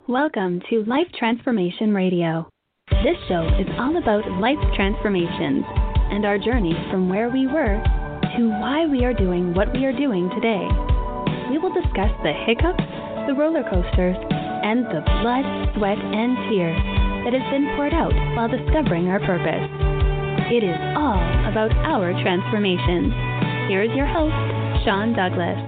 Welcome to Life Transformation Radio. This show is all about life transformations and our journey from where we were to why we are doing what we are doing today. We will discuss the hiccups, the roller coasters, and the blood, sweat, and tears that has been poured out while discovering our purpose. It is all about our transformations. Here is your host, Sean Douglas.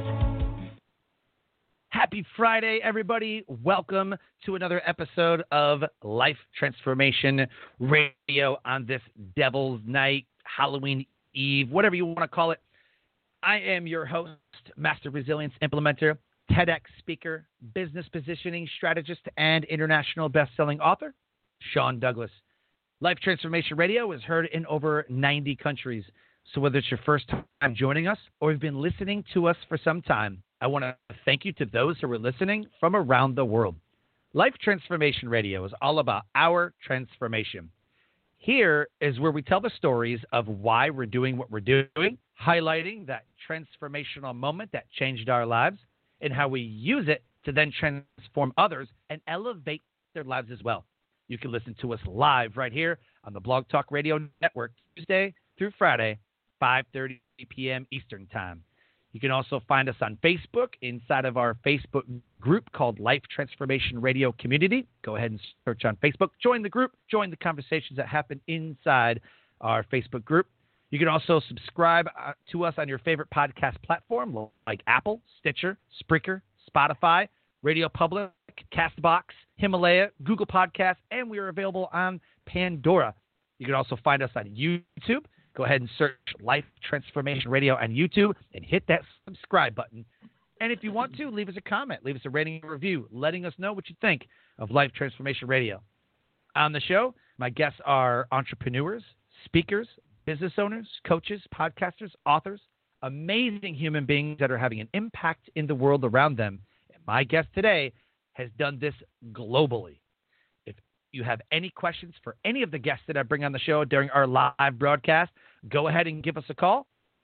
Happy Friday, everybody. Welcome to another episode of Life Transformation Radio on this Devil's Night, Halloween Eve, whatever you want to call it. I am your host, Master Resilience Implementer, TEDx speaker, business positioning strategist, and international best-selling author, Sean Douglas. Life Transformation Radio is heard in over 90 countries. So whether it's your first time joining us or you've been listening to us for some time, I want to thank you to those who are listening from around the world. Life Transformation Radio is all about our transformation. Here is where we tell the stories of why we're doing what we're doing, highlighting that transformational moment that changed our lives, and how we use it to then transform others and elevate their lives as well. You can listen to us live right here on the Blog Talk Radio Network, Tuesday through Friday, 5:30 p.m. Eastern Time. You can also find us on Facebook inside of our Facebook group called Life Transformation Radio Community. Go ahead and search on Facebook. Join the group. Join the conversations that happen inside our Facebook group. You can also subscribe to us on your favorite podcast platform like Apple, Stitcher, Spreaker, Spotify, Radio Public, CastBox, Himalaya, Google Podcasts, and we are available on Pandora. You can also find us on YouTube. Go ahead and search Life Transformation Radio on YouTube and hit that subscribe button. And if you want to, leave us a comment, leave us a rating and review, letting us know what you think of Life Transformation Radio. On the show, my guests are entrepreneurs, speakers, business owners, coaches, podcasters, authors, amazing human beings that are having an impact in the world around them. And my guest today has done this globally. If you have any questions for any of the guests that I bring on the show during our live broadcast, go ahead and give us a call,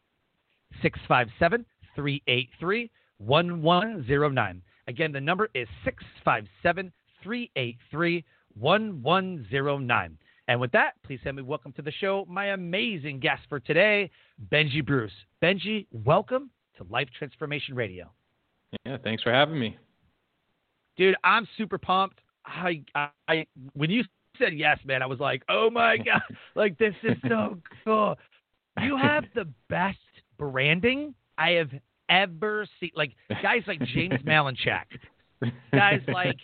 657-383-1109. Again, the number is 657-383-1109. And with that, please help me welcome to the show my amazing guest for today, Benji Bruce. Benji, welcome to Life Transformation Radio. Yeah, thanks for having me. Dude, I'm super pumped. When you said yes, man, I was like, oh my God, like this is so cool. You have the best branding I have ever seen. Like guys like James Malinchak, guys like,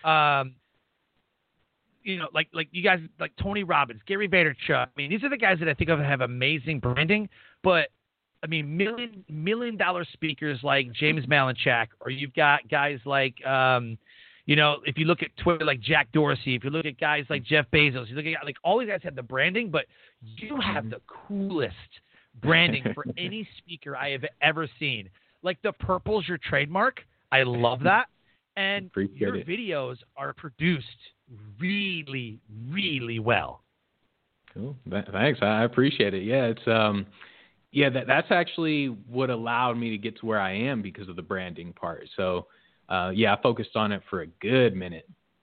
like you guys like Tony Robbins, Gary Vaynerchuk. I mean, these are the guys that I think of have amazing branding, but I mean, million dollar speakers like James Malinchak, or you've got guys like, if you look at Twitter, like Jack Dorsey, if you look at guys like Jeff Bezos, you look at like all these guys have the branding, but you have the coolest branding for any speaker I have ever seen. Like the purple's your trademark. I love that. And your videos are produced really, really well. Cool. Thanks. I appreciate it. Yeah, it's that's actually what allowed me to get to where I am because of the branding part. So I focused on it for a good minute.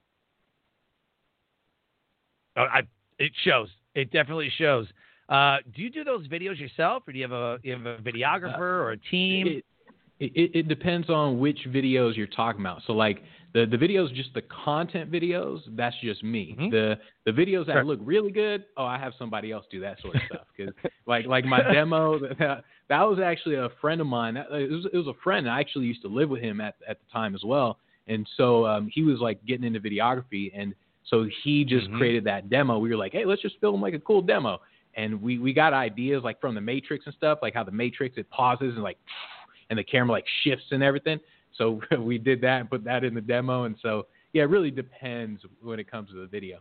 It shows. It definitely shows. Do you do those videos yourself, or do you have a videographer or a team? It depends on which videos you're talking about. So like the videos, just the content videos, that's just me. Mm-hmm. The videos that look really good, I have somebody else do that sort of stuff. Because like my demo, that was actually a friend of mine. It was a friend. I actually used to live with him at the time as well. And so he was like getting into videography, and so he just created that demo. We were like, hey, let's just film like a cool demo. And we got ideas like from the Matrix and stuff, like how the Matrix, it pauses and the camera like shifts and everything. So we did that and put that in the demo. And so, yeah, it really depends when it comes to the video.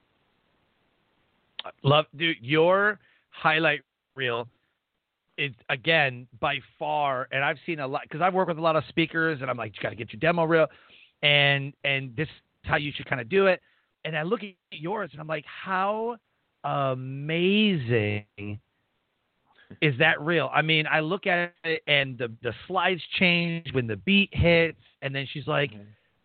Love, dude, your highlight reel is, again, by far, and I've seen a lot, because I've worked with a lot of speakers, and I'm like, you got to get your demo reel, and this is how you should kind of do it. And I look at yours, and I'm like, how amazing is that real? I mean, I look at it, and the slides change when the beat hits, and then she's like,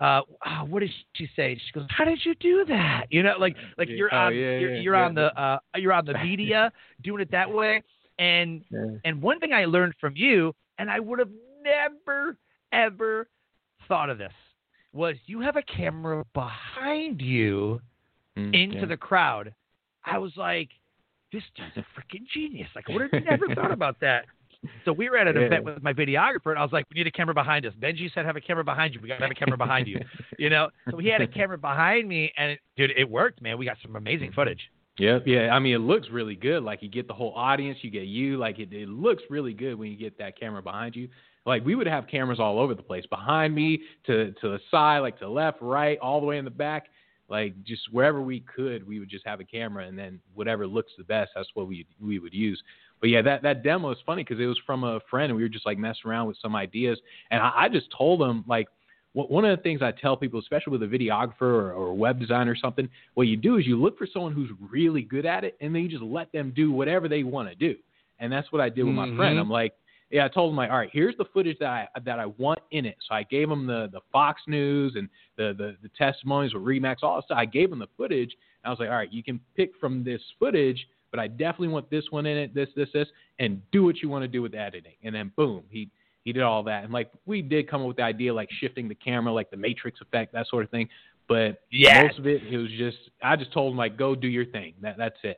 what did she say? She goes, how did you do that? You know, like you're on you're on the media doing it that way. And one thing I learned from you, and I would have never ever thought of this, was you have a camera behind you into the crowd. I was like, this dude's a freaking genius. Like, I would have never thought about that. So we were at an event with my videographer, and I was like, we need a camera behind us. Benji said, have a camera behind you. We got to have a camera behind you. You know? So he had a camera behind me, and it worked, man. We got some amazing footage. Yeah. I mean, it looks really good. Like, you get the whole audience, you get you. Like, it looks really good when you get that camera behind you. Like, we would have cameras all over the place, behind me, to the side, like to the left, right, all the way in the back. Like, just wherever we could, we would just have a camera, and then whatever looks the best, that's what we would use. But yeah, that demo is funny because it was from a friend, and we were just like messing around with some ideas. And I just told him, like, one of the things I tell people, especially with a videographer or a web designer or something, what you do is you look for someone who's really good at it, and then you just let them do whatever they want to do. And that's what I did with my friend. I'm like, I told him, like, all right, here's the footage that I want in it. So I gave him the Fox News and the testimonies with Remax, all that stuff. I gave him the footage, and I was like, all right, you can pick from this footage, but I definitely want this one in it, this, and do what you want to do with the editing. And then boom, he did all that. And like, we did come up with the idea, like shifting the camera, like the Matrix effect, that sort of thing. But most of it was just, I just told him, like, go do your thing. That's it.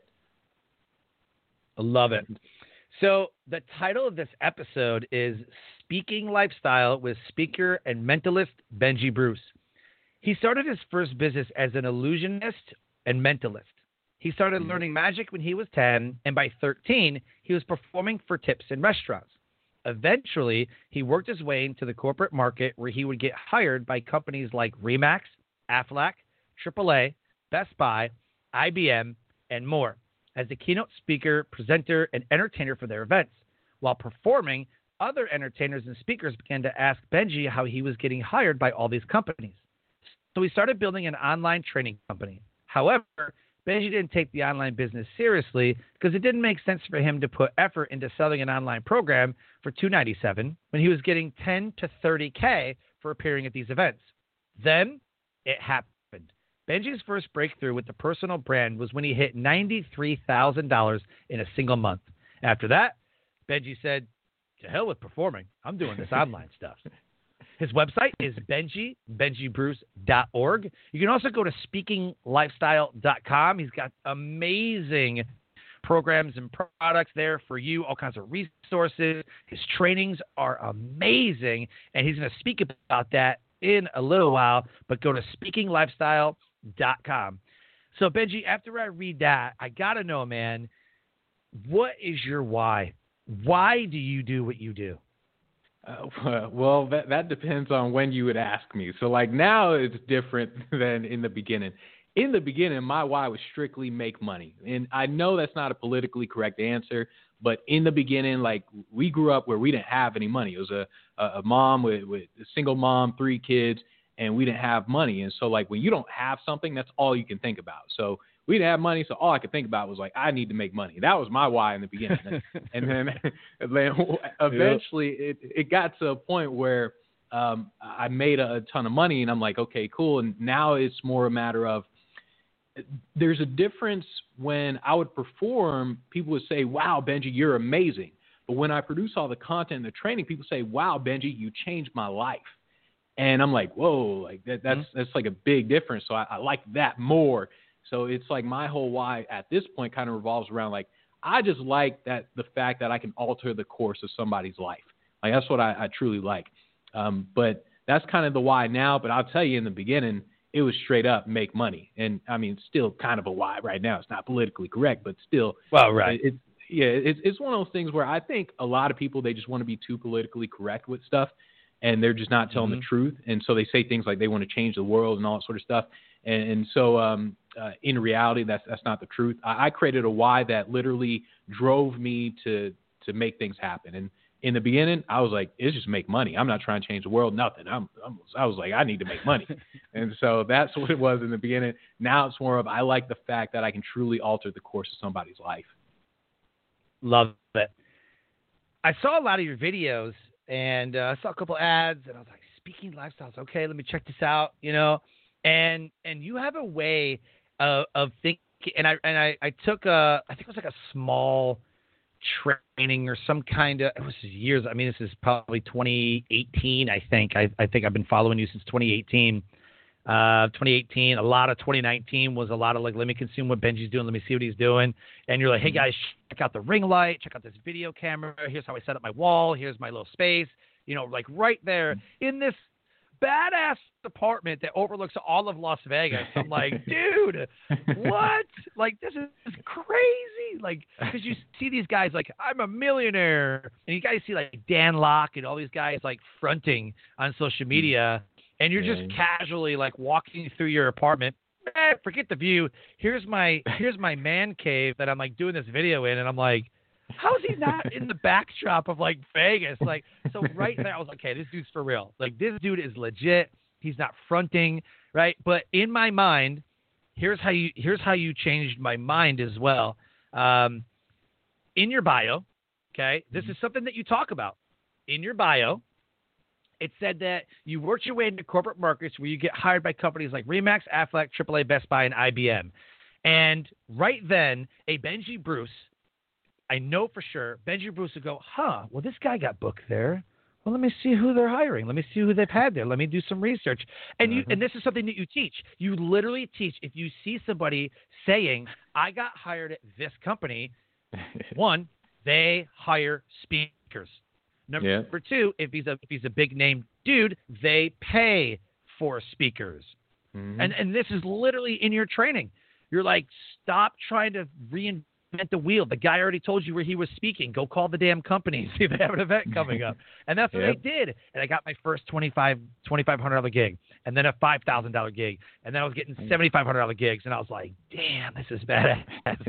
I love it. So the title of this episode is Speaking Lifestyle with speaker and mentalist Benji Bruce. He started his first business as an illusionist and mentalist. He started learning magic when he was 10, and by 13, he was performing for tips in restaurants. Eventually, he worked his way into the corporate market where he would get hired by companies like Remax, Aflac, AAA, Best Buy, IBM, and more, as the keynote speaker, presenter, and entertainer for their events. While performing, other entertainers and speakers began to ask Benji how he was getting hired by all these companies. So he started building an online training company. However, Benji didn't take the online business seriously because it didn't make sense for him to put effort into selling an online program for $297 when he was getting $10 to $30K for appearing at these events. Then it happened. Benji's first breakthrough with the personal brand was when he hit $93,000 in a single month. After that, Benji said, to hell with performing. I'm doing this online stuff. His website is benjibruce.org. You can also go to speakinglifestyle.com. He's got amazing programs and products there for you, all kinds of resources. His trainings are amazing, and he's going to speak about that in a little while, but go to speakinglifestyle.com. So, Benji, after I read that, I got to know, man, what is your why? Why do you do what you do? Well, that depends on when you would ask me. So, like, now it's different than in the beginning. In the beginning, my why was strictly make money. And I know that's not a politically correct answer, but in the beginning, like, we grew up where we didn't have any money. It was a mom with a single mom, 3 kids, and we didn't have money. And so, like, when you don't have something, that's all you can think about. So we didn't have money, so all I could think about was, like, I need to make money. That was my why in the beginning. And then eventually it got to a point where I made a ton of money, and I'm like, okay, cool. And now it's more a matter of, there's a difference when I would perform, people would say, wow, Benji, you're amazing. But when I produce all the content and the training, people say, wow, Benji, you changed my life. And I'm like, whoa, like that's like a big difference. So I like that more. So it's like my whole why at this point kind of revolves around, like, I just like that the fact that I can alter the course of somebody's life. Like, that's what I truly like. But that's kind of the why now. But I'll tell you, in the beginning, it was straight up make money. And I mean, still kind of a why right now. It's not politically correct, but still. Well, right. It's one of those things where I think a lot of people, they just want to be too politically correct with stuff, and they're just not telling the truth. And so they say things like they want to change the world and all that sort of stuff. And so in reality, that's not the truth. I created a why that literally drove me to make things happen. And in the beginning, I was like, it's just make money. I'm not trying to change the world, nothing. I was like, I need to make money. And so that's what it was in the beginning. Now it's more of, I like the fact that I can truly alter the course of somebody's life. Love it. I saw a lot of your videos, and I saw a couple ads, and I was like, speaking lifestyles. Okay, let me check this out, and you have a way of thinking, and I took I think it was like a small training or some kind of, it was years. I mean, this is probably 2018. I think I've been following you since 2018. 2018, a lot of 2019 was a lot of like, let me consume what Benji's doing. Let me see what he's doing. And you're like, hey guys, check out the ring light, check out this video camera. Here's how I set up my wall. Here's my little space, like right there in this badass apartment that overlooks all of Las Vegas. I'm like, dude, what? Like, this is crazy. Like, because you see these guys like, I'm a millionaire. And you guys see like Dan Locke and all these guys like fronting on social media. And you're just casually like walking through your apartment. Forget the view. Here's my man cave that I'm like doing this video in. And I'm like, how is he not in the backdrop of like Vegas? Like, so right there, I was like, okay, this dude's for real. Like, this dude is legit. He's not fronting, right? But in my mind, here's how you changed my mind as well. In your bio, okay, this is something that you talk about. In your bio, it said that you worked your way into corporate markets where you get hired by companies like Remax, Aflac, AAA, Best Buy, and IBM. And right then, a Benji Bruce, I know for sure, Benji Bruce would go, well, this guy got booked there. Well, let me see who they're hiring. Let me see who they've had there. Let me do some research. And and this is something that you teach. You literally teach. If you see somebody saying, I got hired at this company, one, they hire speakers. Number two, if he's a big name dude, they pay for speakers. And this is literally in your training. You're like, stop trying to reinvent the wheel. The guy already told you where he was speaking. Go call the damn company, see if they have an event coming up. And that's what I did. And I got my first $2,500 gig, and then a $5,000 gig, and then I was getting $7,500 gigs, and I was like, damn, this is badass.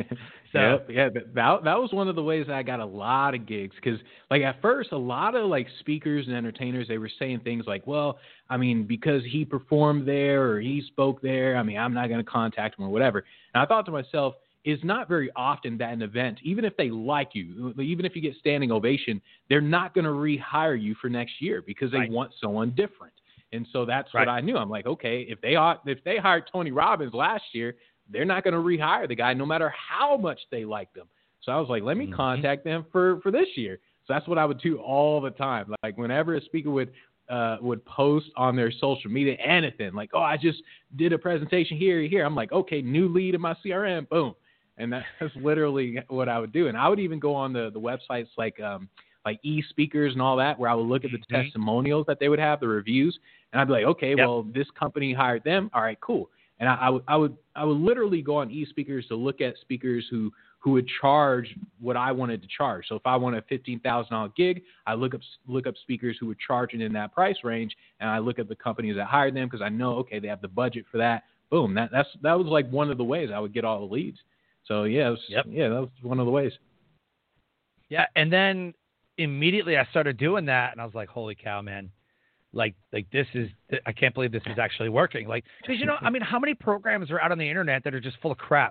So that was one of the ways that I got a lot of gigs, because like at first a lot of like speakers and entertainers, they were saying things like, well, I mean, because he performed there or he spoke there, I mean, I'm not going to contact him or whatever. And I thought to myself, it's not very often that an event, even if they like you, even if you get standing ovation, they're not going to rehire you for next year because they want someone different. And so that's what I knew. I'm like, okay, if they hired Tony Robbins last year, they're not going to rehire the guy no matter how much they liked him. So I was like, let me contact them for this year. So that's what I would do all the time. Like whenever a speaker would post on their social media anything, like, oh, I just did a presentation here. I'm like, okay, new lead in my CRM, boom. And that's literally what I would do. And I would even go on the websites like eSpeakers and all that, where I would look at the testimonials that they would have, the reviews, and I'd be like, okay, well, this company hired them. All right, cool. And I would literally go on eSpeakers to look at speakers who would charge what I wanted to charge. So if I want a $15,000 gig, I look up speakers who were charging in that price range, and I look at the companies that hired them because I know, okay, they have the budget for that. Boom. That was like one of the ways I would get all the leads. So that was one of the ways. Yeah, and then immediately I started doing that, and I was like, holy cow, man. Like this is, I can't believe this is actually working. Like, because, I mean, how many programs are out on the internet that are just full of crap?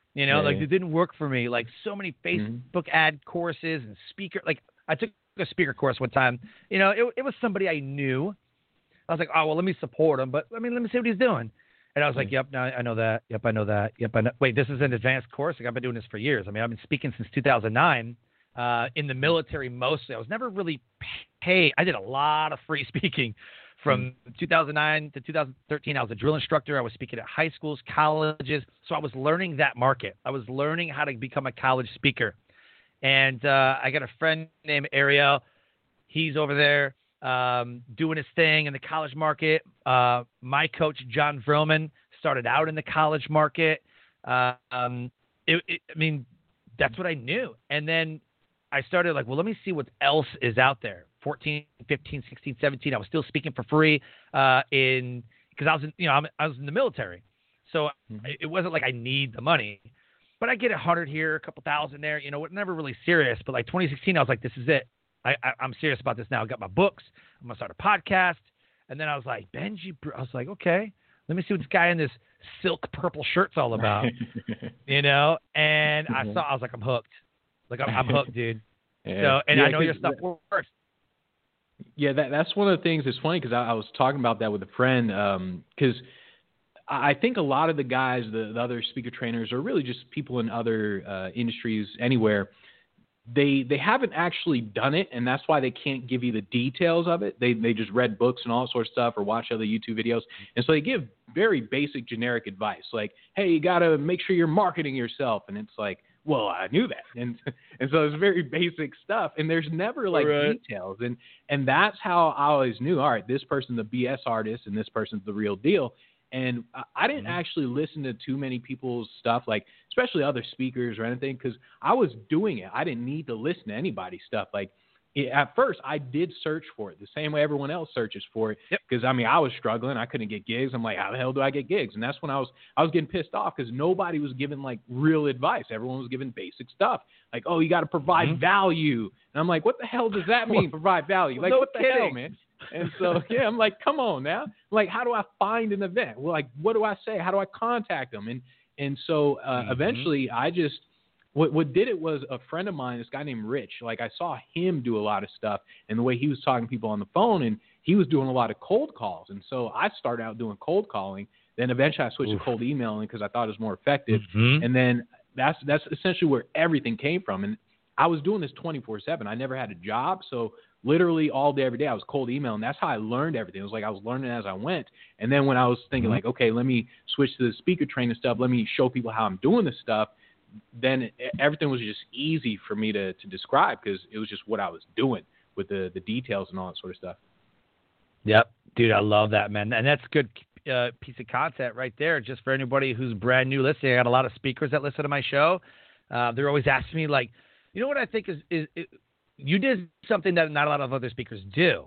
It didn't work for me. Like so many Facebook ad courses and speaker, like I took a speaker course one time, it was somebody I knew. I was like, oh, well, let me support him, but let me see what he's doing. And I was like, yep, no, I know that. Yep, I know that. Yep, I know. Wait, this is an advanced course? Like, I've been doing this for years. I mean, I've been speaking since 2009 in the military mostly. I was never really paid. I did a lot of free speaking from 2009 to 2013. I was a drill instructor. I was speaking at high schools, colleges. So I was learning that market. I was learning how to become a college speaker. And I got a friend named Ariel. He's over there doing his thing in the college market. My coach, John Vrillman, started out in the college market. I mean, that's what I knew. And then I started like, well, let me see what else is out there. 14, 15, 16, 17. I was still speaking for free because I was I was in the military. So it wasn't like I need the money. But I get 100 here, a couple thousand there. Never really serious. But like 2016, I was like, this is it. I'm serious about this now. I got my books. I'm going to start a podcast. And then I was like, Benji, I was like, okay, let me see what this guy in this silk purple shirt's all about, And I was like, I'm hooked. Like, I'm hooked, dude. Yeah. So, and I know your stuff works. Yeah, that's one of the things that's funny because I was talking about that with a friend because I think a lot of the guys, the other speaker trainers, are really just people in other industries anywhere. They haven't actually done it, and that's why they can't give you the details of it. They just read books and all that sort of stuff or watch other YouTube videos. And so they give very basic, generic advice like, hey, you got to make sure you're marketing yourself. And it's like, well, I knew that. And so it's very basic stuff. And there's never like details. And that's how I always knew, all right, this person's the BS artist and this person's the real deal. And I didn't actually listen to too many people's stuff, like especially other speakers or anything, because I was doing it. I didn't need to listen to anybody's stuff. Like at first, I did search for it the same way everyone else searches for it. Because I mean, I was struggling. I couldn't get gigs. I'm like, how the hell do I get gigs? And that's when I was getting pissed off because nobody was giving like real advice. Everyone was giving basic stuff, like, oh, you got to provide value. And I'm like, what the hell does that mean? Provide value? Like, what the hell, man? And so, yeah, I'm like, come on now. Like, how do I find an event? Well, like, what do I say? How do I contact them? And so eventually I just, what did it was a friend of mine, this guy named Rich, like I saw him do a lot of stuff and the way he was talking to people on the phone, and he was doing a lot of cold calls. And so I started out doing cold calling. Then eventually I switched to cold emailing because I thought it was more effective. And then that's essentially where everything came from. And I was doing this 24/7. I never had a job. So literally all day, every day, I was cold emailing. That's how I learned everything. It was like I was learning as I went. And then when I was thinking like, okay, let me switch to the speaker training stuff. Let me show people how I'm doing this stuff. Then everything was just easy for me to describe because it was just what I was doing with the details and all that sort of stuff. Yep. Dude, I love that, man. And that's a good piece of content right there just for anybody who's brand new listening. I got a lot of speakers that listen to my show. They're always asking me, like, you know what I think is you did something that not a lot of other speakers do.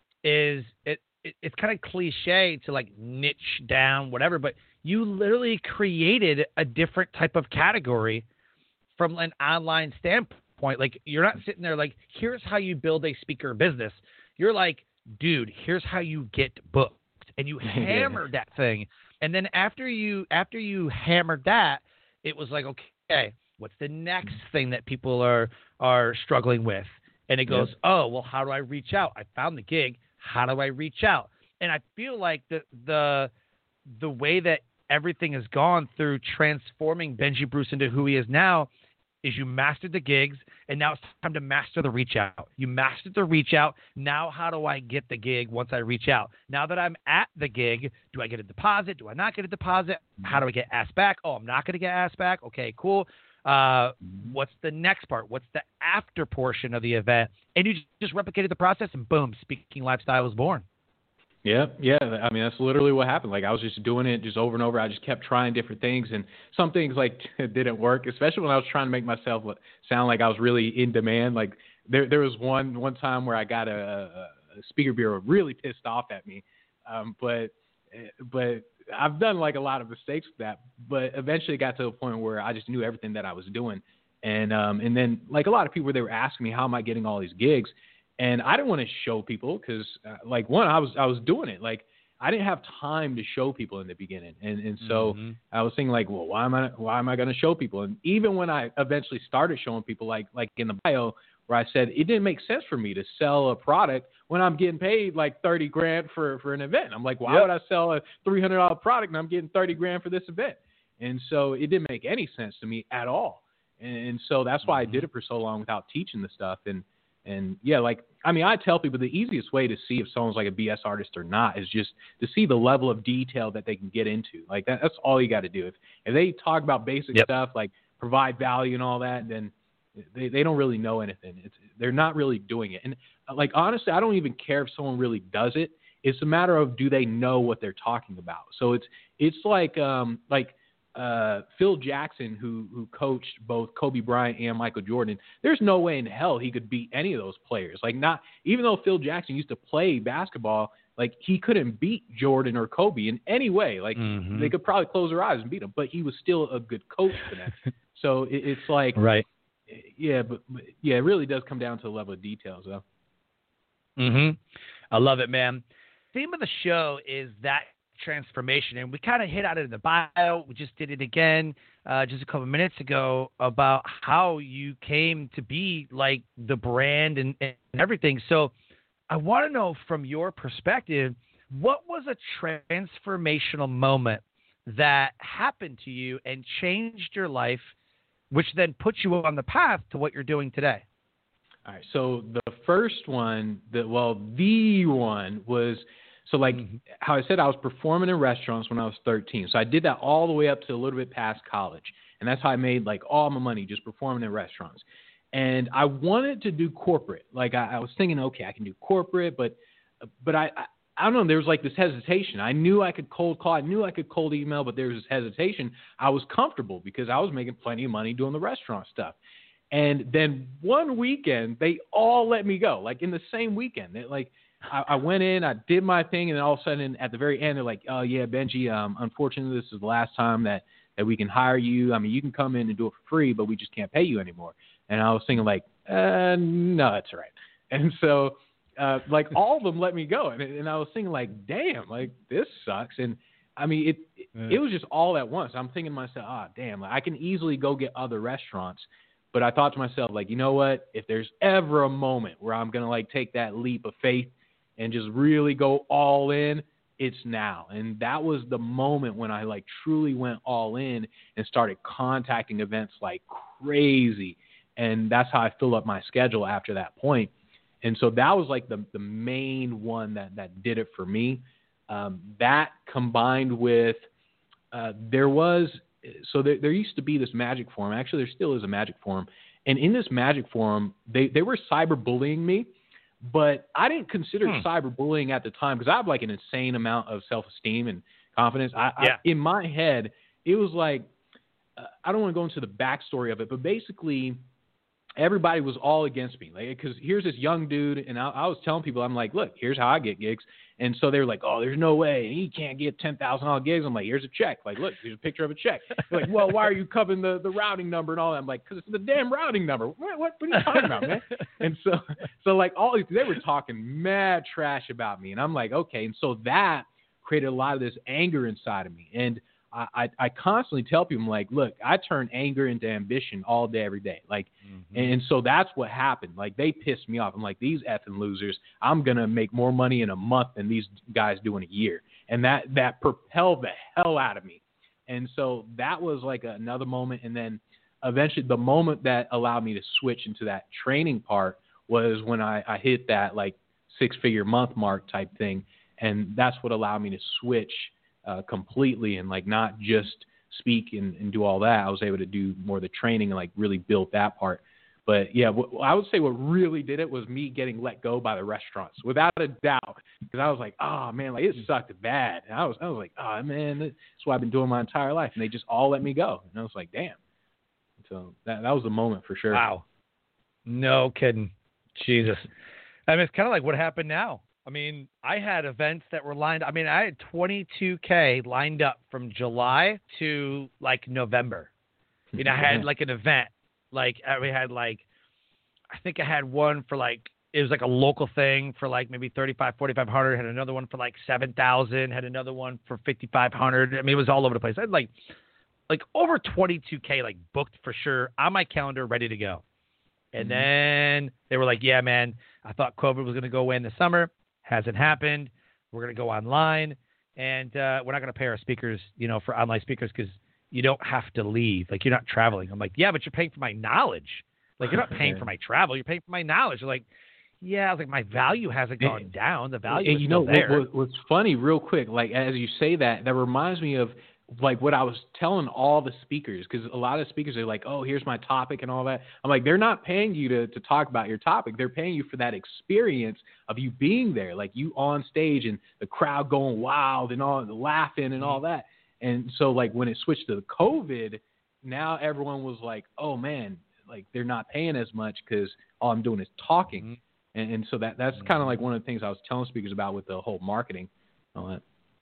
Is it's kind of cliche to like niche down, whatever, but you literally created a different type of category from an online standpoint. Like, you're not sitting there like, here's how you build a speaker business. You're like, dude, here's how you get booked. And you hammered that thing. And then after you hammered that, it was like, okay, what's the next thing that people are struggling with? And it goes, oh, well, how do I reach out? I found the gig. How do I reach out? And I feel like the way that everything has gone through transforming Benji Bruce into who he is now is you mastered the gigs, and now it's time to master the reach out. You mastered the reach out. Now how do I get the gig once I reach out? Now that I'm at the gig, do I get a deposit? Do I not get a deposit? How do I get asked back? Oh, I'm not going to get asked back. Okay, cool. What's the next part? What's the after portion of the event? And you just replicated the process, and boom, Speaking Lifestyle was born. Yeah. I mean, that's literally what happened. Like, I was just doing it just over and over. I just kept trying different things, and some things like didn't work, especially when I was trying to make myself sound like I was really in demand. Like, there was one time where I got a speaker bureau really pissed off at me. But I've done like a lot of mistakes with that, but eventually it got to a point where I just knew everything that I was doing. And then like a lot of people, they were asking me, how am I getting all these gigs? And I didn't want to show people because, like, one, I was doing it. Like, I didn't have time to show people in the beginning. And so I was thinking, like, well, why am I going to show people? And even when I eventually started showing people, like in the bio where I said it didn't make sense for me to sell a product when I'm getting paid like $30,000 for an event. I'm like, why would I sell a $300 product and I'm getting $30,000 for this event? And so it didn't make any sense to me at all. And so that's why I did it for so long without teaching the stuff. And yeah, like, I mean, I tell people the easiest way to see if someone's like a BS artist or not is just to see the level of detail that they can get into. Like, that's all you got to do. If they talk about basic stuff, like provide value and all that, then they don't really know anything. They're not really doing it. And like, honestly, I don't even care if someone really does it. It's a matter of, do they know what they're talking about? So it's like Phil Jackson, who coached both Kobe Bryant and Michael Jordan. There's no way in hell he could beat any of those players. Like, not even though Phil Jackson used to play basketball, like, he couldn't beat Jordan or Kobe in any way. Like, they could probably close their eyes and beat him, but he was still a good coach for that. So it's like, right. Yeah, but yeah, it really does come down to the level of details, though. I love it, man. Theme of the show is that transformation, and we kind of hit on it in the bio. We just did it again just a couple minutes ago about how you came to be like the brand and everything. So I want to know from your perspective, what was a transformational moment that happened to you and changed your life, which then put you on the path to what you're doing today? All right. So the first one, the one was, so like how I said, I was performing in restaurants when I was 13. So I did that all the way up to a little bit past college. And that's how I made like all my money, just performing in restaurants. And I wanted to do corporate. Like I was thinking, okay, I can do corporate, but I don't know. There was like this hesitation. I knew I could cold call. I knew I could cold email, but there was this hesitation. I was comfortable because I was making plenty of money doing the restaurant stuff. And then one weekend, they all let me go. Like in the same weekend, I went in, I did my thing, and then all of a sudden at the very end, they're like, "Oh yeah, Benji, unfortunately, this is the last time that we can hire you. I mean, you can come in and do it for free, but we just can't pay you anymore." And I was thinking like, no, that's all right. And so, like all of them let me go. And I was thinking like, damn, like this sucks. And I mean, it was just all at once. I'm thinking to myself, damn, like, I can easily go get other restaurants. But I thought to myself, like, you know what? If there's ever a moment where I'm going to like take that leap of faith and just really go all in, it's now. And that was the moment when I like truly went all in and started contacting events like crazy. And that's how I filled up my schedule after that point. And so that was like the main one that did it for me. That combined with there used to be this Magic Forum. Actually, there still is a Magic Forum. And in this Magic Forum, they were cyberbullying me. But I didn't consider cyberbullying at the time because I have like an insane amount of self-esteem and confidence. In my head, it was like, I don't want to go into the backstory of it, but basically everybody was all against me. Like, because here's this young dude, and I was telling people, I'm like, look, here's how I get gigs. And so they were like, oh, there's no way. He can't get $10,000 gigs. I'm like, here's a check. Like, look, here's a picture of a check. They're like, well, why are you covering the routing number and all that? I'm like, because it's the damn routing number. What are you talking about, man? And so like they were talking mad trash about me. And I'm like, okay. And so that created a lot of this anger inside of me. And I constantly tell people, I'm like, look, I turn anger into ambition all day, every day. Like, and so that's what happened. Like, they pissed me off. I'm like, these effing losers, I'm going to make more money in a month than these guys do in a year. And that propelled the hell out of me. And so that was like another moment. And then eventually the moment that allowed me to switch into that training part was when I hit that like 6-figure month mark type thing. And that's what allowed me to switch completely and like not just speak and do all that. I was able to do more of the training and like really build that part. But yeah, I would say what really did it was me getting let go by the restaurants, without a doubt. Because I was like, oh man, like it sucked bad. And I was like, oh man, that's what I've been doing my entire life. And they just all let me go. And I was like, damn. So that was the moment for sure. Wow. No kidding. Jesus. I mean, it's kind of like what happened now. I mean, I had events that were lined. I mean, I had 22K lined up from July to like November. You know, I had like an event. Like we had like, I think I had one for like, it was like a local thing for like maybe 4,500, had another one for like 7,000, had another one for 5,500. I mean, it was all over the place. I had like over 22K like booked for sure on my calendar, ready to go. And then they were like, yeah, man, I thought COVID was going to go away in the summer. Hasn't happened. We're going to go online, and we're not going to pay our speakers, you know, for online speakers because you don't have to leave. Like, you're not traveling. I'm like, yeah, but you're paying for my knowledge. Like, you're not paying for my travel. You're paying for my knowledge. They're like, yeah. I was like, my value hasn't gone down. The value is still there. What's funny, real quick, like as you say that reminds me of like what I was telling all the speakers, because a lot of speakers are like, oh, here's my topic and all that. I'm like, they're not paying you to talk about your topic. They're paying you for that experience of you being there, like you on stage and the crowd going wild and all laughing and all that. And so like when it switched to the COVID, now everyone was like, oh man, like they're not paying as much because all I'm doing is talking. And so that's kind of like one of the things I was telling speakers about with the whole marketing and all that.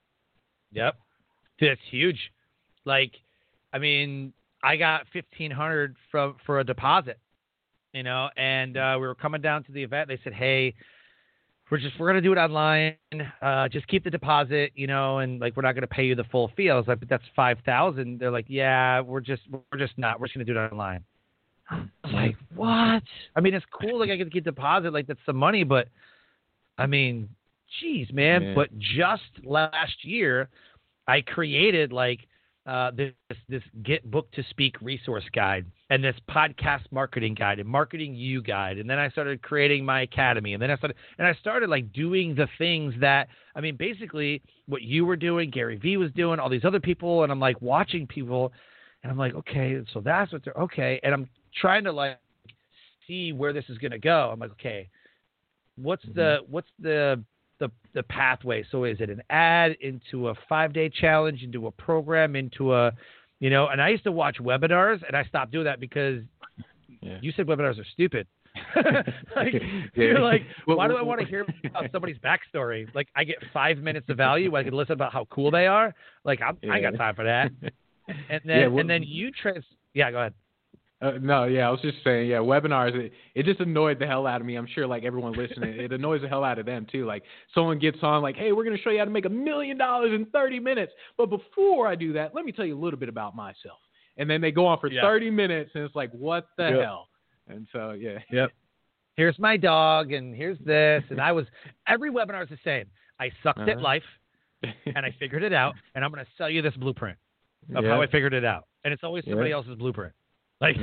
Yep. That's huge. Like, I mean, I got $1,500 for a deposit, you know, and we were coming down to the event. They said, hey, we're going to do it online. Just keep the deposit, you know, and like, we're not going to pay you the full fee. I was like, but that's $5,000. They're like, yeah, we're just not. We're just going to do it online. I was like, what? I mean, it's cool. Like, I get to keep deposit. Like, that's the money, but I mean, geez, man. Yeah. But just last year, I created like this Get Booked to Speak resource guide and this podcast marketing guide and marketing you guide. And then I started creating my academy. And then I started like doing the things that, I mean, basically what you were doing, Gary Vee was doing, all these other people. And I'm like watching people and I'm like, okay, so that's what they're okay. And I'm trying to like see where this is going to go. I'm like, okay, what's the pathway? So is it an ad into a 5-day challenge, into a program, into a, you know, and I used to watch webinars and I stopped doing that because you said webinars are stupid. Like, you're like, why do I want to hear about somebody's backstory? Like I get 5 minutes of value. I can listen about how cool they are. Like I ain't got time for that. And then you go ahead. No, yeah, I was just saying, webinars, it just annoyed the hell out of me. I'm sure, like, everyone listening, it annoys the hell out of them, too. Like, someone gets on, like, hey, we're going to show you how to make $1 million in 30 minutes. But before I do that, let me tell you a little bit about myself. And then they go on for 30 minutes, and it's like, what the hell? And so, here's my dog, and here's this. And every webinar is the same. I sucked at life, and I figured it out, and I'm going to sell you this blueprint of how I figured it out. And it's always somebody else's blueprint. Like,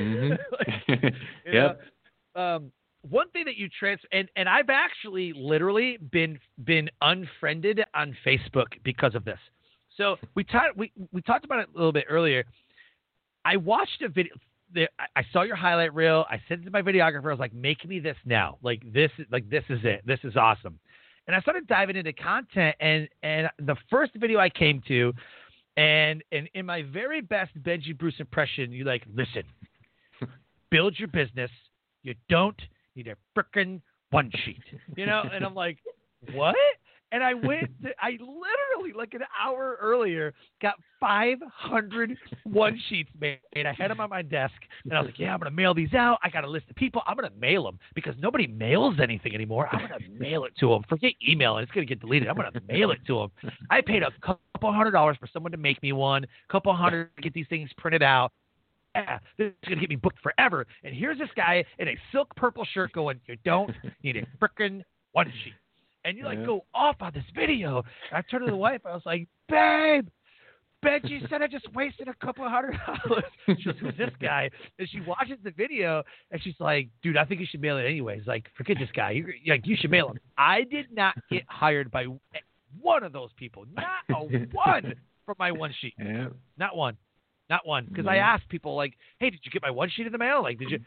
one thing that you and I've actually literally been unfriended on Facebook because of this. So we talked about it a little bit earlier. I watched a video. I saw your highlight reel. I sent it to my videographer. I was like, make me this now. Like this is it. This is awesome. And I started diving into content, and the first video I came to, and in my very best Benji Bruce impression, you like, listen, build your business. You don't need a frickin' one sheet, you know? And I'm like, what? And I literally, like an hour earlier, got 500 one sheets made. I had them on my desk, and I was like, yeah, I'm going to mail these out. I got a list of people. I'm going to mail them because nobody mails anything anymore. I'm going to mail it to them. Forget emailing. It's going to get deleted. I'm going to mail it to them. I paid a couple $100 for someone to make me one, couple $100 to get these things printed out. Yeah, this is going to get me booked forever. And here's this guy in a silk purple shirt going, you don't need a frickin' one sheet. And you like go off on this video. And I turned to the wife. I was like, babe, Benji said I just wasted a couple $100. She goes, who's this guy? And she watches the video and she's like, dude, I think you should mail it anyways. Like, forget this guy. You should mail him. I did not get hired by one of those people. Not a one for my one sheet. Yeah. Not one. Because I asked people like, hey, did you get my one sheet in the mail? Like, did you?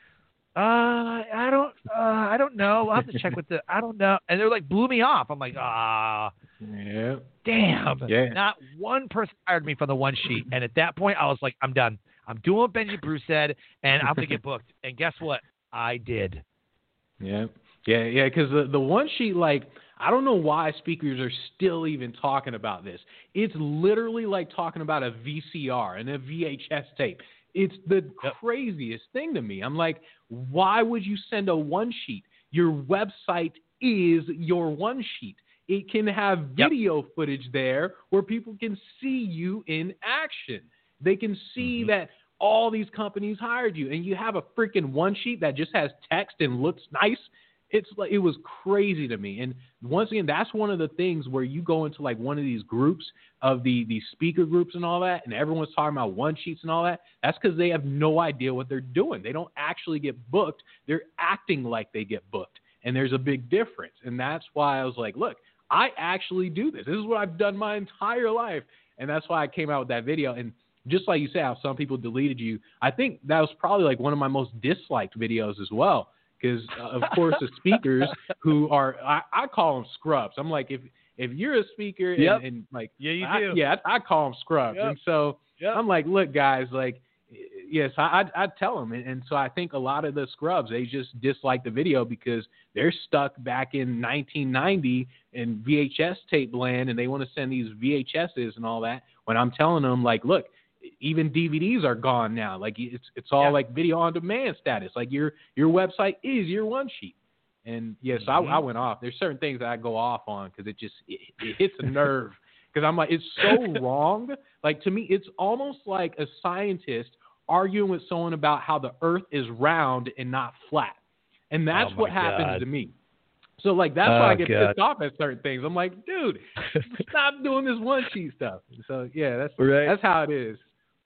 I don't know. I'll have to check with I don't know. And they're like, blew me off. I'm like, damn. Yeah. Not one person hired me for the one sheet. And at that point, I was like, I'm done. I'm doing what Benji Bruce said, and I'm going to get booked. And guess what? I did. Yeah. Because the one sheet, like, I don't know why speakers are still even talking about this. It's literally like talking about a VCR and a VHS tape. It's the craziest thing to me. I'm like, why would you send a one sheet? Your website is your one sheet. It can have video footage there where people can see you in action. They can see that all these companies hired you, and you have a freaking one sheet that just has text and looks nice. It's like, it was crazy to me. And once again, that's one of the things where you go into like one of these groups of the speaker groups and all that, and everyone's talking about one sheets and all that. That's because they have no idea what they're doing. They don't actually get booked. They're acting like they get booked. And there's a big difference. And that's why I was like, look, I actually do this. This is what I've done my entire life. And that's why I came out with that video. And just like you said, how some people deleted you, I think that was probably like one of my most disliked videos as well. Because, of course, the speakers who are, I call them scrubs. I'm like, if you're a speaker and like, I call them scrubs. And so I'm like, look, guys, like, yes, I tell them. And so I think a lot of the scrubs, they just dislike the video because they're stuck back in 1990 in VHS tape land, and they want to send these VHSs and all that. When I'm telling them, like, look, even DVDs are gone now. Like it's all like video on demand status. Like your website is your one sheet. And yes, I went off. There's certain things that I go off on because it hits a nerve. Because I'm like, it's so wrong. Like to me, it's almost like a scientist arguing with someone about how the earth is round and not flat. And that's what happens to me. So, like, that's why I get pissed off at certain things. I'm like, dude, stop doing this one sheet stuff. So, yeah, that's how it is.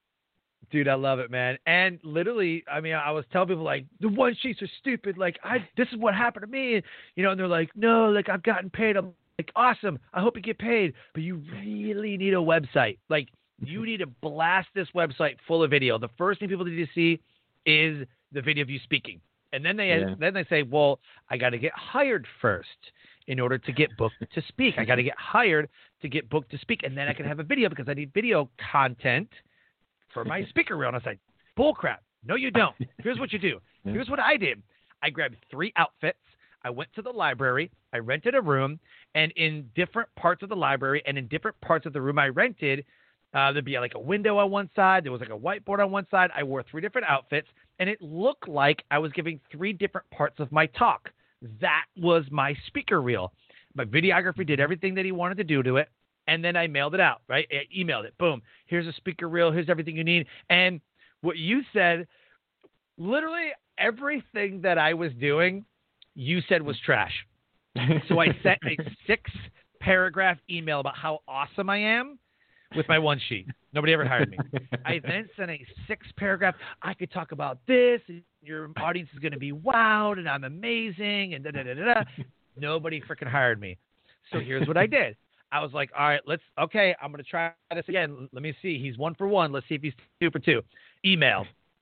Dude, I love it, man. And literally, I mean, I was telling people, like, the one sheets are stupid. Like, this is what happened to me. You know, and they're like, no, like, I've gotten paid. I'm like, awesome. I hope you get paid. But you really need a website. Like, you need to blast this website full of video. The first thing people need to see is the video of you speaking. And then they say, well, I got to get hired first in order to get booked to speak. I got to get hired to get booked to speak. And then I can have a video because I need video content for my speaker reel. And I said, bull crap. No, you don't. Here's what you do. Here's what I did. I grabbed 3 outfits. I went to the library. I rented a room. And in different parts of the library and in different parts of the room I rented, there'd be like a window on one side. There was like a whiteboard on one side. I wore 3 different outfits. And it looked like I was giving 3 different parts of my talk. That was my speaker reel. My videographer did everything that he wanted to do to it. And then I mailed it out, right? I emailed it. Boom. Here's a speaker reel. Here's everything you need. And what you said, literally everything that I was doing, you said was trash. So I sent a 6-paragraph email about how awesome I am with my one sheet. Nobody ever hired me. I then sent a 6-paragraph. I could talk about this. And your audience is going to be wowed, and I'm amazing, and da-da-da-da-da. Nobody freaking hired me. So here's what I did. I was like, all right, I'm going to try this again. Let me see. He's 1 for 1. Let's see if he's 2 for 2. Email.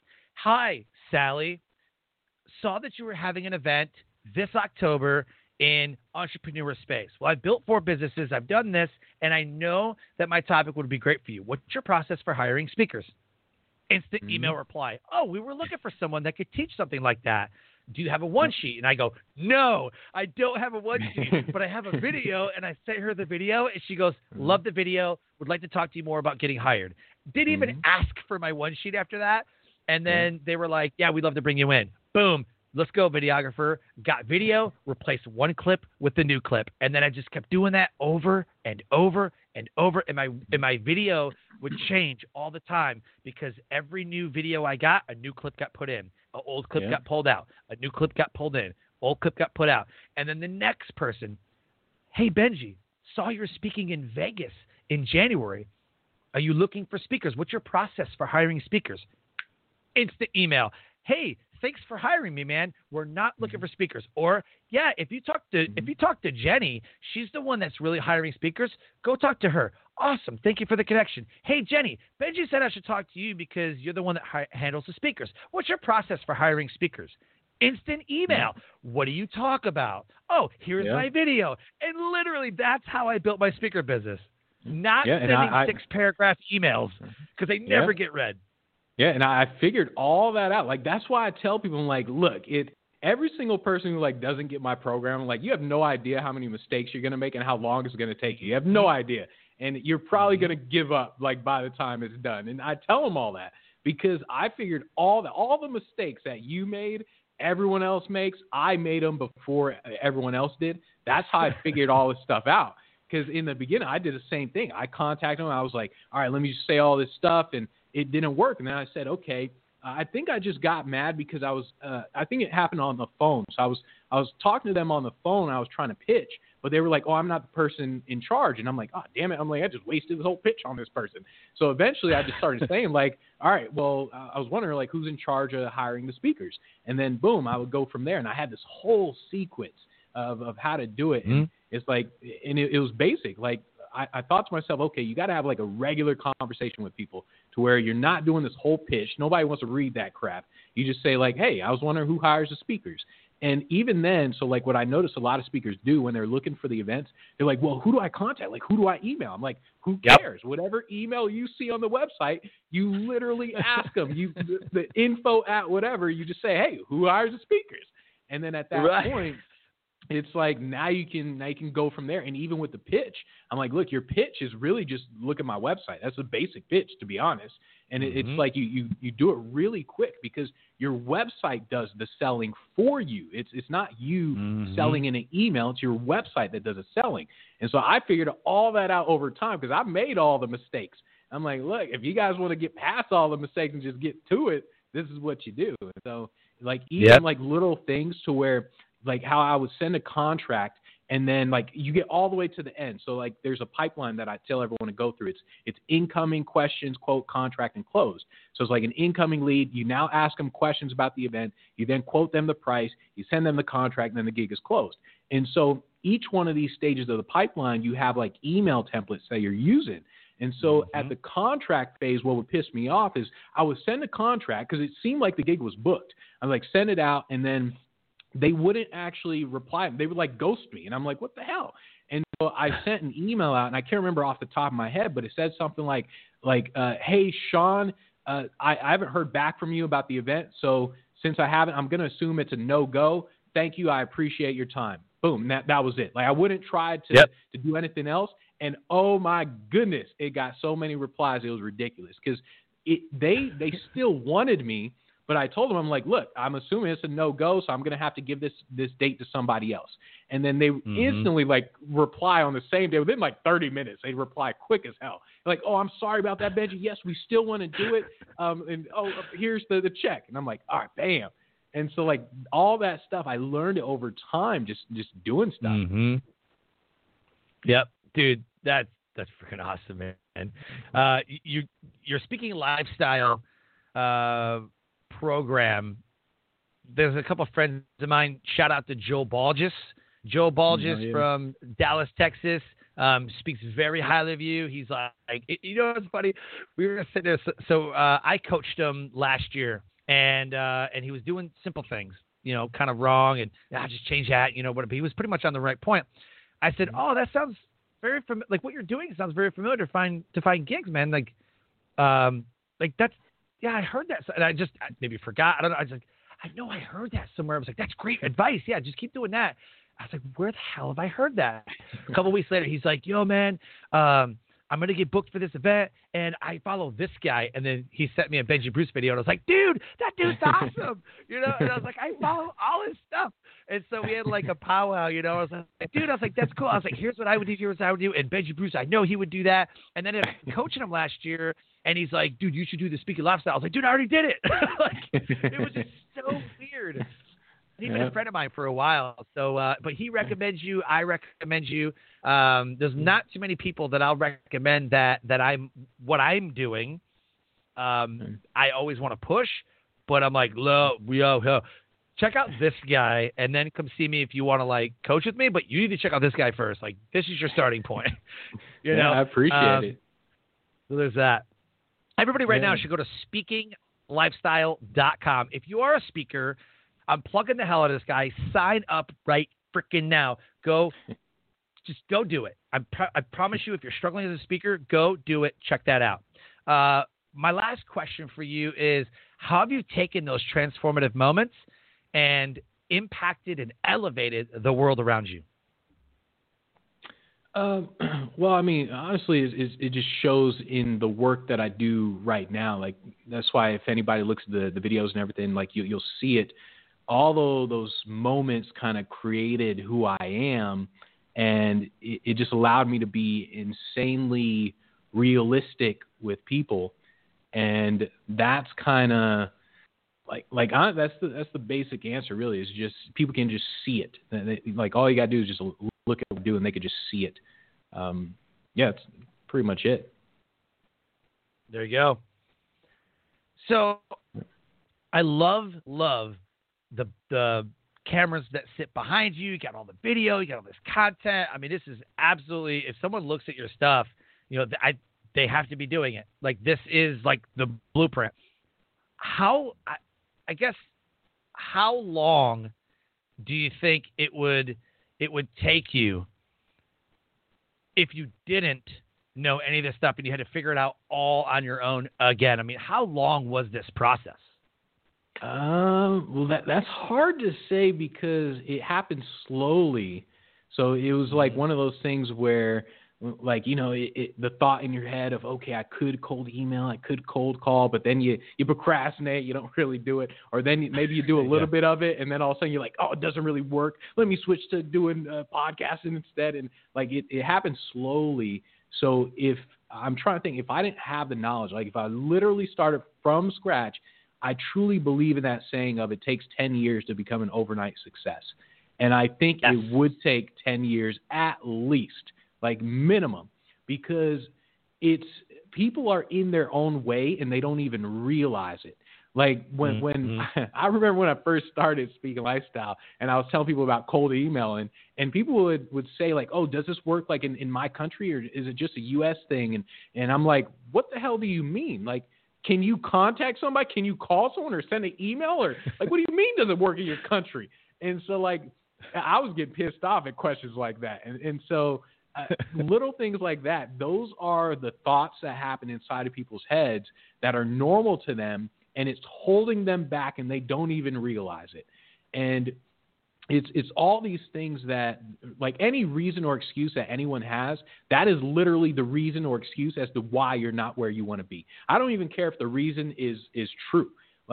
Hi, Sally. Saw that you were having an event this October in entrepreneur space. Well, I've built 4 businesses. I've done this, and I know that my topic would be great for you. What's your process for hiring speakers? Instant email reply. Oh, we were looking for someone that could teach something like that. Do you have a one sheet? And I go, no, I don't have a one sheet, but I have a video. And I sent her the video, and she goes, love the video. Would like to talk to you more about getting hired. Didn't even ask for my one sheet after that. And then they were like, yeah, we'd love to bring you in. Boom. Let's go, videographer. Got video, replaced one clip with the new clip. And then I just kept doing that over and over and over. And my video would change all the time because every new video I got, a new clip got put in. An old clip got pulled out. A new clip got pulled in. Old clip got put out. And then the next person, hey, Benji, saw you're speaking in Vegas in January. Are you looking for speakers? What's your process for hiring speakers? Instant email. Hey, thanks for hiring me, man. We're not looking for speakers. Or, yeah, if you talk to Jenny, she's the one that's really hiring speakers. Go talk to her. Awesome. Thank you for the connection. Hey, Jenny, Benji said I should talk to you because you're the one that handles the speakers. What's your process for hiring speakers? Instant email. What do you talk about? Oh, here's my video. And literally, that's how I built my speaker business. Not sending 6-paragraph emails because they never get read. Yeah, and I figured all that out. Like, that's why I tell people, I'm like, look, every single person who, like, doesn't get my program, like, you have no idea how many mistakes you're going to make and how long it's going to take you. You have no idea. And you're probably going to give up, like, by the time it's done. And I tell them all that because I figured all the mistakes that you made, everyone else makes, I made them before everyone else did. That's how I figured all this stuff out. Because in the beginning, I did the same thing. I contacted them. I was like, all right, let me just say all this stuff. And it didn't work. And then I said, okay, I think I just got mad because I think it happened on the phone. So I was talking to them on the phone. I was trying to pitch, but they were like, oh, I'm not the person in charge. And I'm like, oh, damn it. I'm like, I just wasted the whole pitch on this person. So eventually I just started saying like, all right, well, I was wondering like who's in charge of hiring the speakers. And then boom, I would go from there. And I had this whole sequence of how to do it. And it's like, and it was basic. Like, I thought to myself, okay, you got to have like a regular conversation with people to where you're not doing this whole pitch. Nobody wants to read that crap. You just say like, hey, I was wondering who hires the speakers. And even then, so like what I noticed a lot of speakers do when they're looking for the events, they're like, well, who do I contact? Like, who do I email? I'm like, who cares? Whatever email you see on the website, you literally ask them. The info at whatever, you just say, hey, who hires the speakers? And then at that point, it's like now you can go from there. And even with the pitch, I'm like, look, your pitch is really just look at my website. That's a basic pitch, to be honest. And it's like you do it really quick because your website does the selling for you. It's not you selling in an email. It's your website that does the selling. And so I figured all that out over time because I made all the mistakes. I'm like, look, if you guys want to get past all the mistakes and just get to it, this is what you do. And so like even like little things to where like how I would send a contract and then like you get all the way to the end. So like there's a pipeline that I tell everyone to go through. It's incoming, questions, quote, contract, and closed. So it's like an incoming lead. You now ask them questions about the event. You then quote them the price. You send them the contract, and then the gig is closed. And so each one of these stages of the pipeline, you have like email templates that you're using. And so at the contract phase, what would piss me off is I would send a contract because it seemed like the gig was booked. I like send it out, and then they wouldn't actually reply. They would like ghost me. And I'm like, what the hell? And so I sent an email out, and I can't remember off the top of my head, but it said something like, hey, Sean, I haven't heard back from you about the event. So since I haven't, I'm going to assume it's a no-go. Thank you. I appreciate your time. Boom. That was it. Like I wouldn't try to do anything else. And oh my goodness, it got so many replies. It was ridiculous because they still wanted me. But I told them, I'm like, look, I'm assuming it's a no-go, so I'm going to have to give this date to somebody else. And then they instantly, like, reply on the same day. Within, like, 30 minutes, they reply quick as hell. They're like, oh, I'm sorry about that, Benji. Yes, we still want to do it. Here's the check. And I'm like, all right, bam. And so, like, all that stuff, I learned it over time just doing stuff. Mm-hmm. Yep. Dude, that's freaking awesome, man. Your speaking lifestyle program, there's a couple of friends of mine. Shout out to Joe Balgis. Joe Balgis from Dallas, Texas, speaks very highly of you. He's like, you know what's funny? We were sitting there. So I coached him last year, and he was doing simple things, you know, kind of wrong, and I just change that, you know, but he was pretty much on the right point. I said, oh, that sounds very familiar. Like what you're doing sounds very familiar to find gigs, man. Like that's. Yeah, I heard that. And I maybe forgot. I don't know. I was like, I know I heard that somewhere. I was like, that's great advice. Yeah, just keep doing that. I was like, where the hell have I heard that? A couple of weeks later, he's like, yo, man, I'm going to get booked for this event, and I follow this guy. And then he sent me a Benji Bruce video, and I was like, dude, that dude's awesome. You know, and I was like, I follow all his stuff. And so we had like a powwow, you know. I was like, dude, that's cool. I was like, here's what I would do, here's what I would do. And Benji Bruce, I know he would do that. And then I was coaching him last year, and he's like, dude, you should do the speaking lifestyle. I was like, dude, I already did it. Like, it was just so weird. He's been a friend of mine for a while. So, but he recommends you. I recommend you. There's not too many people that I'll recommend that what I'm doing. I always want to push, but I'm like, check out this guy, and then come see me if you want to like coach with me. But you need to check out this guy first. Like, this is your starting point. You know, I appreciate it. So there's that. Everybody right now should go to speakinglifestyle.com. If you are a speaker, I'm plugging the hell out of this guy. Sign up right freaking now. Just go do it. I promise you, if you're struggling as a speaker, go do it. Check that out. My last question for you is, how have you taken those transformative moments and impacted and elevated the world around you? Well, I mean, honestly, it just shows in the work that I do right now. Like, that's why if anybody looks at the videos and everything, like you'll see it. All of those moments kind of created who I am, and it just allowed me to be insanely realistic with people. And that's kind of that's the basic answer, really, is just people can just see it. Like, all you got to do is just look at what we do, and they could just see it. It's pretty much it. There you go. So I love the cameras that sit behind you. You got all the video, you got all this content. I mean, this is absolutely, if someone looks at your stuff, you know, they have to be doing it. Like, this is like the blueprint. I guess, how long do you think it would take you if you didn't know any of this stuff and you had to figure it out all on your own again? I mean, how long was this process? Well, that's hard to say because it happened slowly. So it was like one of those things where, like, you know, the thought in your head of, okay, I could cold email, I could cold call, but then you procrastinate, you don't really do it. Or then maybe you do a little bit of it, and then all of a sudden you're like, oh, it doesn't really work. Let me switch to doing podcasting instead. And like it happened slowly. So if I'm trying to think, if I didn't have the knowledge, like if I literally started from scratch, I truly believe in that saying of it takes 10 years to become an overnight success. And I think Yes. it would take 10 years at least, like minimum, because people are in their own way and they don't even realize it. Like when I remember when I first started Speaking Lifestyle and I was telling people about cold emailing, and people would say like, oh, does this work like in my country, or is it just a U.S. thing? And I'm like, what the hell do you mean? Like, can you contact somebody? Can you call someone or send an email? Or like, what do you mean does it work in your country? And so like I was getting pissed off at questions like that. And so little things like that, those are the thoughts that happen inside of people's heads that are normal to them, and it's holding them back and they don't even realize it. And it's all these things that, like any reason or excuse that anyone has, that is literally the reason or excuse as to why you're not where you want to be. I don't even care if the reason is true.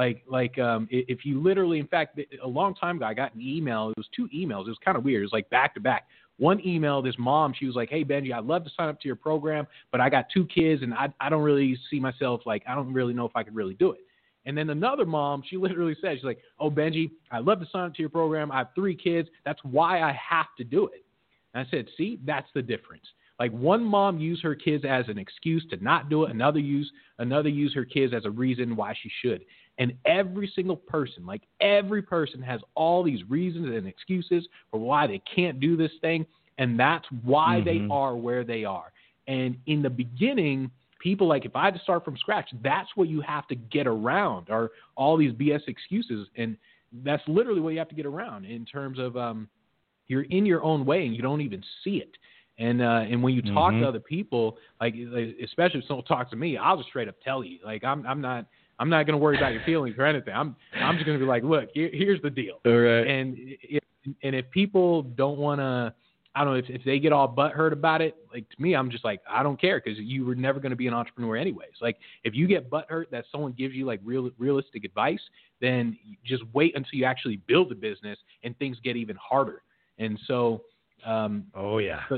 If you literally, in fact, a long time ago, I got an email. It was 2 emails. It was kind of weird. It was like back to back. One email, this mom, she was like, hey, Benji, I'd love to sign up to your program, but I got 2 kids and I don't really see myself, like, I don't really know if I could really do it. And then another mom, she literally said, she's like, oh, Benji, I'd love to sign up to your program. I have 3 kids. That's why I have to do it. And I said, see, that's the difference. Like one mom used her kids as an excuse to not do it. Another used her kids as a reason why she should. And every single person, like every person has all these reasons and excuses for why they can't do this thing. And that's why they are where they are. And in the beginning, people, like if I had to start from scratch, that's what you have to get around, are all these BS excuses. And that's literally what you have to get around in terms of you're in your own way and you don't even see it. And when you talk to other people, like especially if someone talks to me, I'll just straight up tell you, like I'm not going to worry about your feelings or anything. I'm just going to be like, look, here's the deal. All right. And if people don't want to, I don't know, if they get all butthurt about it, like to me, I'm just like, I don't care, because you were never going to be an entrepreneur anyways. Like if you get butthurt that someone gives you like realistic advice, then just wait until you actually build a business and things get even harder. And so, so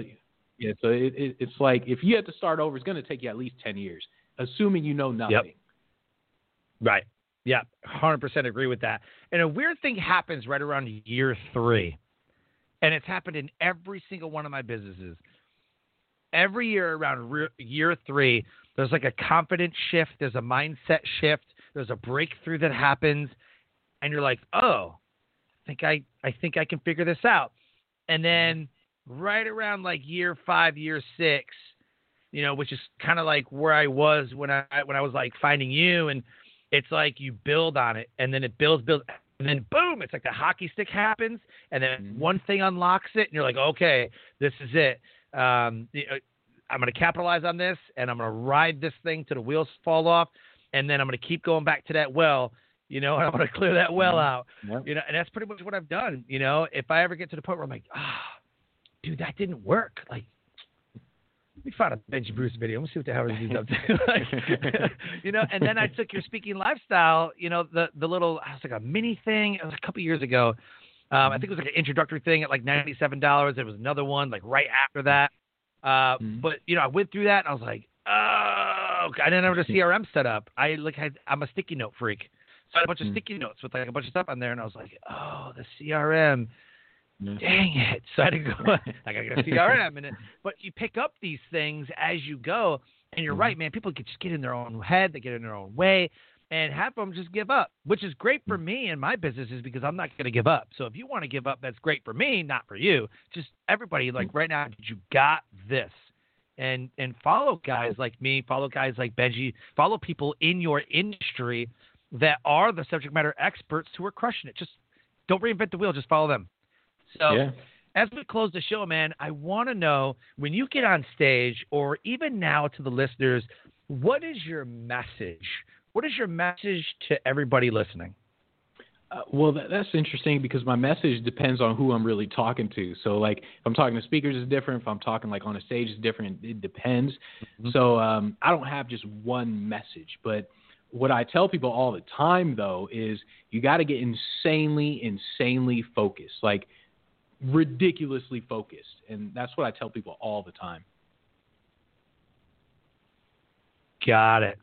it's like if you had to start over, it's going to take you at least 10 years, assuming you know nothing. Yep. Right. Yeah. 100% agree with that. And a weird thing happens right around year 3. And it's happened in every single one of my businesses. Every year around year 3, there's like a confidence shift. There's a mindset shift. There's a breakthrough that happens. And you're like, oh, I think I can figure this out. And then right around like year 5, year 6, you know, which is kind of like where I was when I was like finding you, and it's like you build on it, and then it builds, and then boom, it's like the hockey stick happens, and then one thing unlocks it, and you're like, okay, this is it. I'm going to capitalize on this, and I'm going to ride this thing till the wheels fall off, and then I'm going to keep going back to that well, you know, and I'm going to clear that well out, you know, and that's pretty much what I've done. You know, if I ever get to the point where I'm like, dude, that didn't work. Like, let me find a Benji Bruce video. Let me see what the hell he's up to. Like, you know, and then I took your Speaking Lifestyle, you know, the little, it was like a mini thing. It was a couple years ago. I think it was like an introductory thing at like $97. There was another one like right after that. But, you know, I went through that and I was like, oh, I didn't have a CRM set up. I'm a sticky note freak. So I had a bunch of sticky notes with like a bunch of stuff on there. And I was like, oh, the CRM. Dang it. So I had to go, I got to get a CRM. But you pick up these things as you go. And you're right, man. People just get in their own head. They get in their own way. And half of them just give up, which is great for me and my businesses because I'm not going to give up. So if you want to give up, that's great for me, not for you. Just everybody, like right now, you got this. And follow guys like me, follow guys like Benji, follow people in your industry that are the subject matter experts who are crushing it. Just don't reinvent the wheel. Just follow them. So as we close the show, man, I want to know, when you get on stage, or even now to the listeners, what is your message? What is your message to everybody listening? Well, that's interesting because my message depends on who I'm really talking to. So, like, if I'm talking to speakers, it's different. If I'm talking, like, on a stage, it's different. It depends. So I don't have just one message. But what I tell people all the time, though, is you got to get insanely focused, like ridiculously focused. And that's what I tell people all the time. Got it.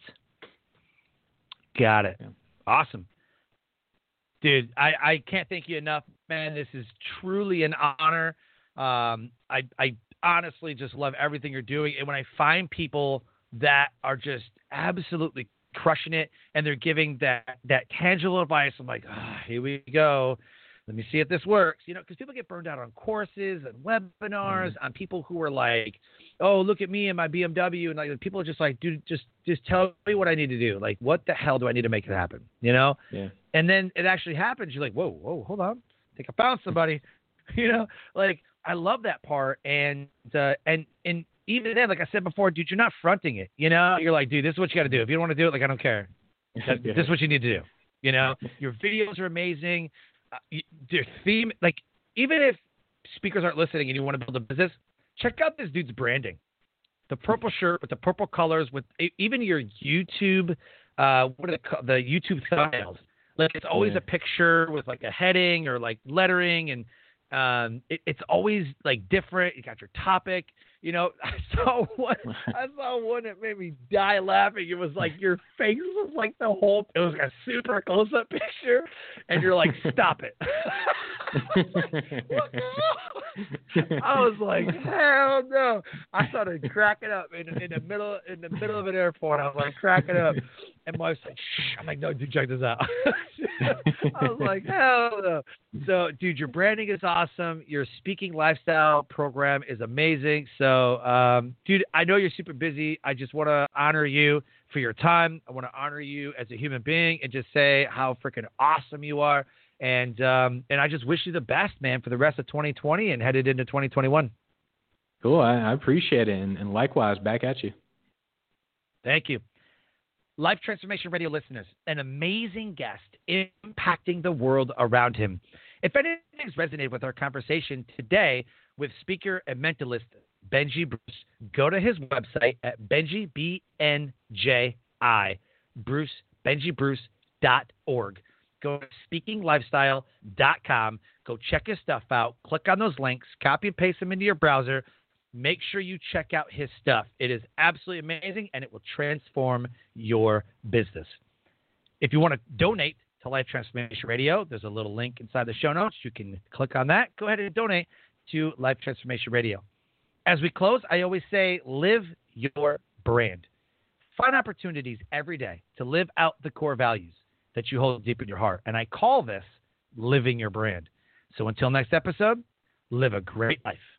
Yeah. Awesome. Dude, I can't thank you enough man, this is truly an honor. I honestly just love everything you're doing. And when I find people that are just absolutely crushing it and they're giving that tangible advice, I'm like, here we go. Let me see if this works. You know, because people get burned out on courses and webinars, on people who are like, oh, look at me and my BMW. And like, people are just like, dude, just tell me what I need to do. Like, what the hell do I need to make it happen? You know? Yeah. And then it actually happens. You're like, whoa, hold on. I think I found somebody. You know, like, I love that part. And even then, like I said before, dude, you're not fronting it. You know, you're like, dude, this is what you got to do. If you don't want to do it, like, I don't care. This is what you need to do. You know, your videos are amazing. Your theme, like, even if speakers aren't listening and you want to build a business, check out this dude's branding. The purple shirt with the purple colors, with even your YouTube, what are the YouTube thumbnails? Like, it's always a picture with like a heading or like lettering, and it's always like different. You got your topic. You know, I saw one that made me die laughing. It was like your face was like it was like a super close-up picture, and you're like, stop it. I was like, hell no. I started cracking up in the middle of an airport. I was like cracking up, and my wife's like, shh. I'm like, no, dude, check this out. I was like, hell no. So, dude, your branding is awesome. Your speaking lifestyle program is amazing. So, dude, I know you're super busy. I just want to honor you for your time. I want to honor you as a human being and just say how freaking awesome you are. And I just wish you the best, man, for the rest of 2020 and headed into 2021. Cool. I appreciate it. And likewise, back at you. Thank you. Life Transformation Radio listeners, an amazing guest impacting the world around him. If anything's resonated with our conversation today with speaker and mentalist Benji Bruce, go to his website at Benji, BNJI, BenjiBruce.org. Go to speakinglifestyle.com. Go check his stuff out. Click on those links. Copy and paste them into your browser. Make sure you check out his stuff. It is absolutely amazing, and it will transform your business. If you want to donate to Life Transformation Radio, there's a little link inside the show notes. You can click on that. Go ahead and donate to Life Transformation Radio. As we close, I always say, live your brand. Find opportunities every day to live out the core values that you hold deep in your heart. And I call this living your brand. So until next episode, live a great life.